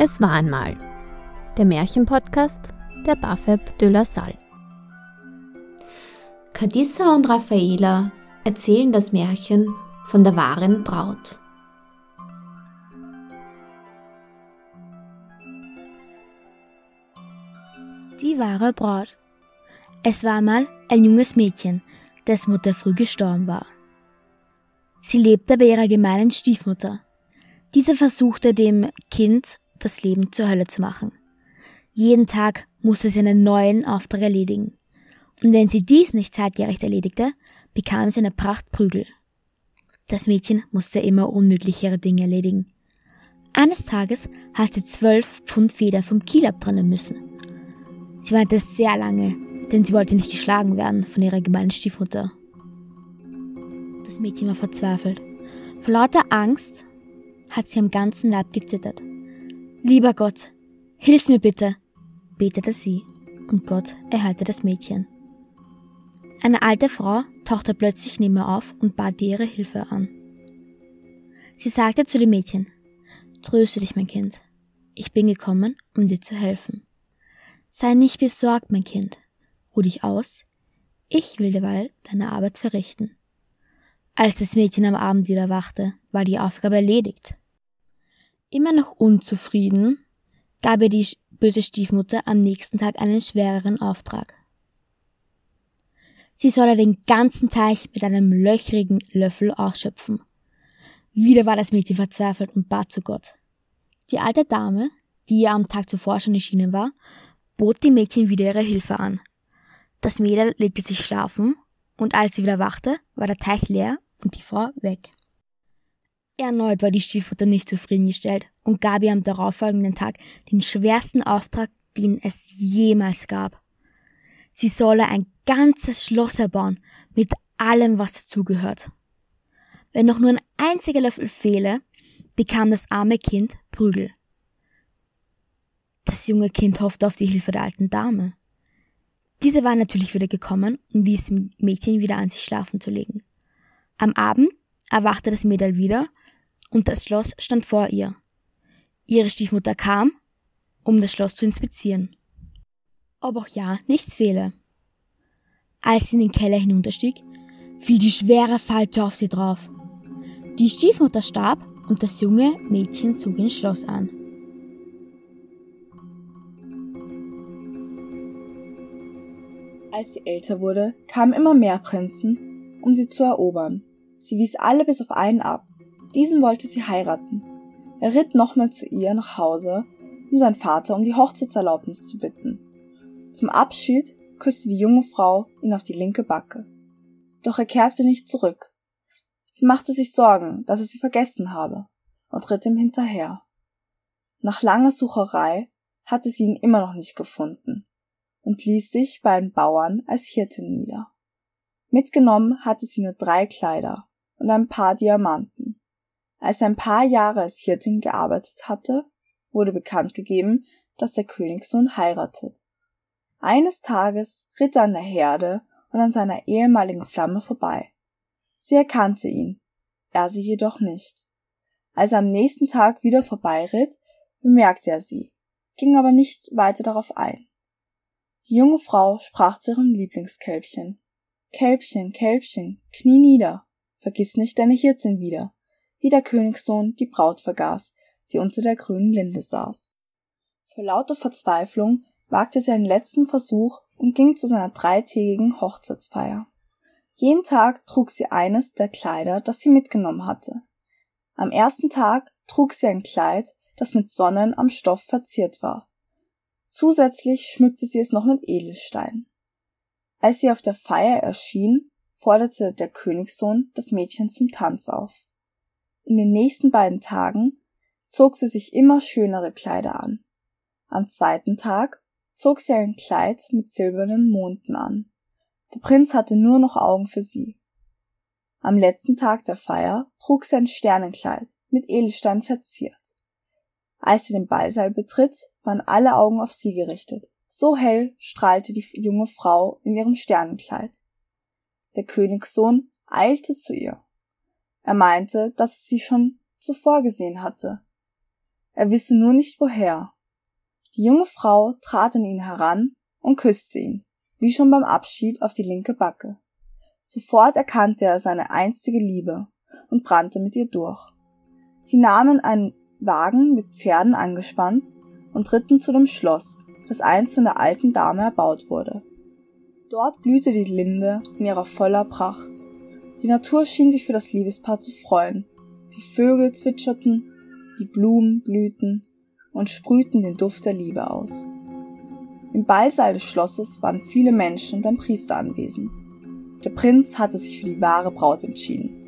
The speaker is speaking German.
Es war einmal. Der Märchenpodcast der Bafeb de la Salle. Kadissa und Raffaela erzählen das Märchen von der wahren Braut. Die wahre Braut. Es war einmal ein junges Mädchen, dessen Mutter früh gestorben war. Sie lebte bei ihrer gemeinen Stiefmutter. Diese versuchte dem Kind das Leben zur Hölle zu machen. Jeden Tag musste sie einen neuen Auftrag erledigen. Und wenn sie dies nicht zeitgerecht erledigte, bekam sie eine Pracht Prügel. Das Mädchen musste immer unmöglichere Dinge erledigen. Eines Tages hat sie 12 Pfund Feder vom Kiel abtrennen müssen. Sie weinte sehr lange, denn sie wollte nicht geschlagen werden von ihrer gemeinen Stiefmutter. Das Mädchen war verzweifelt. Vor lauter Angst hat sie am ganzen Leib gezittert. »Lieber Gott, hilf mir bitte«, betete sie, und Gott erhörte das Mädchen. Eine alte Frau tauchte plötzlich neben ihr auf und bat ihr ihre Hilfe an. Sie sagte zu dem Mädchen: »Tröste dich, mein Kind. Ich bin gekommen, um dir zu helfen. Sei nicht besorgt, mein Kind. Ruh dich aus. Ich will derweil deine Arbeit verrichten.« Als das Mädchen am Abend wieder erwachte, war die Aufgabe erledigt. Immer noch unzufrieden, gab ihr die böse Stiefmutter am nächsten Tag einen schwereren Auftrag. Sie solle den ganzen Teich mit einem löchrigen Löffel ausschöpfen. Wieder war das Mädchen verzweifelt und bat zu Gott. Die alte Dame, die ihr am Tag zuvor schon erschienen war, bot dem Mädchen wieder ihre Hilfe an. Das Mädel legte sich schlafen, und als sie wieder wachte, war der Teich leer und die Frau weg. Erneut war die Stiefmutter nicht zufriedengestellt und gab ihr am darauffolgenden Tag den schwersten Auftrag, den es jemals gab. Sie solle ein ganzes Schloss erbauen, mit allem, was dazugehört. Wenn noch nur ein einziger Löffel fehle, bekam das arme Kind Prügel. Das junge Kind hoffte auf die Hilfe der alten Dame. Diese war natürlich wieder gekommen und wies dem Mädchen wieder an, sich schlafen zu legen. Am Abend erwachte das Mädel wieder und das Schloss stand vor ihr. Ihre Stiefmutter kam, um das Schloss zu inspizieren. Ob auch ja nichts fehle. Als sie in den Keller hinunterstieg, fiel die schwere Falltür auf sie drauf. Die Stiefmutter starb und das junge Mädchen zog ins Schloss an. Als sie älter wurde, kamen immer mehr Prinzen, um sie zu erobern. Sie wies alle bis auf einen ab. Diesen wollte sie heiraten. Er ritt nochmal zu ihr nach Hause, um seinen Vater um die Hochzeitserlaubnis zu bitten. Zum Abschied küsste die junge Frau ihn auf die linke Backe. Doch er kehrte nicht zurück. Sie machte sich Sorgen, dass er sie vergessen habe, und ritt ihm hinterher. Nach langer Sucherei hatte sie ihn immer noch nicht gefunden und ließ sich bei einem Bauern als Hirtin nieder. Mitgenommen hatte sie nur 3 Kleider und ein paar Diamanten. Als er ein paar Jahre als Hirtin gearbeitet hatte, wurde bekannt gegeben, dass der Königssohn heiratet. Eines Tages ritt er an der Herde und an seiner ehemaligen Flamme vorbei. Sie erkannte ihn, er sie jedoch nicht. Als er am nächsten Tag wieder vorbeiritt, bemerkte er sie, ging aber nicht weiter darauf ein. Die junge Frau sprach zu ihrem Lieblingskälbchen: »Kälbchen, Kälbchen, knie nieder, vergiss nicht deine Hirtin wieder«, wie der Königssohn die Braut vergaß, die unter der grünen Linde saß. Vor lauter Verzweiflung wagte sie einen letzten Versuch und ging zu seiner 3-tägigen Hochzeitsfeier. Jeden Tag trug sie eines der Kleider, das sie mitgenommen hatte. Am ersten Tag trug sie ein Kleid, das mit Sonnen am Stoff verziert war. Zusätzlich schmückte sie es noch mit Edelsteinen. Als sie auf der Feier erschien, forderte der Königssohn das Mädchen zum Tanz auf. In den nächsten beiden Tagen zog sie sich immer schönere Kleider an. Am 2. Tag zog sie ein Kleid mit silbernen Monden an. Der Prinz hatte nur noch Augen für sie. Am letzten Tag der Feier trug sie ein Sternenkleid mit Edelsteinen verziert. Als sie den Ballsaal betritt, waren alle Augen auf sie gerichtet. So hell strahlte die junge Frau in ihrem Sternenkleid. Der Königssohn eilte zu ihr. Er meinte, dass es sie schon zuvor gesehen hatte. er wisse nur nicht woher. Die junge Frau trat an ihn heran und küsste ihn, wie schon beim Abschied, auf die linke Backe. Sofort erkannte er seine einstige Liebe und brannte mit ihr durch. Sie nahmen einen Wagen mit Pferden angespannt und ritten zu dem Schloss, das einst von der alten Dame erbaut wurde. Dort blühte die Linde in ihrer voller Pracht. Die Natur schien sich für das Liebespaar zu freuen. Die Vögel zwitscherten, die Blumen blühten und sprühten den Duft der Liebe aus. Im Ballsaal des Schlosses waren viele Menschen und ein Priester anwesend. Der Prinz hatte sich für die wahre Braut entschieden.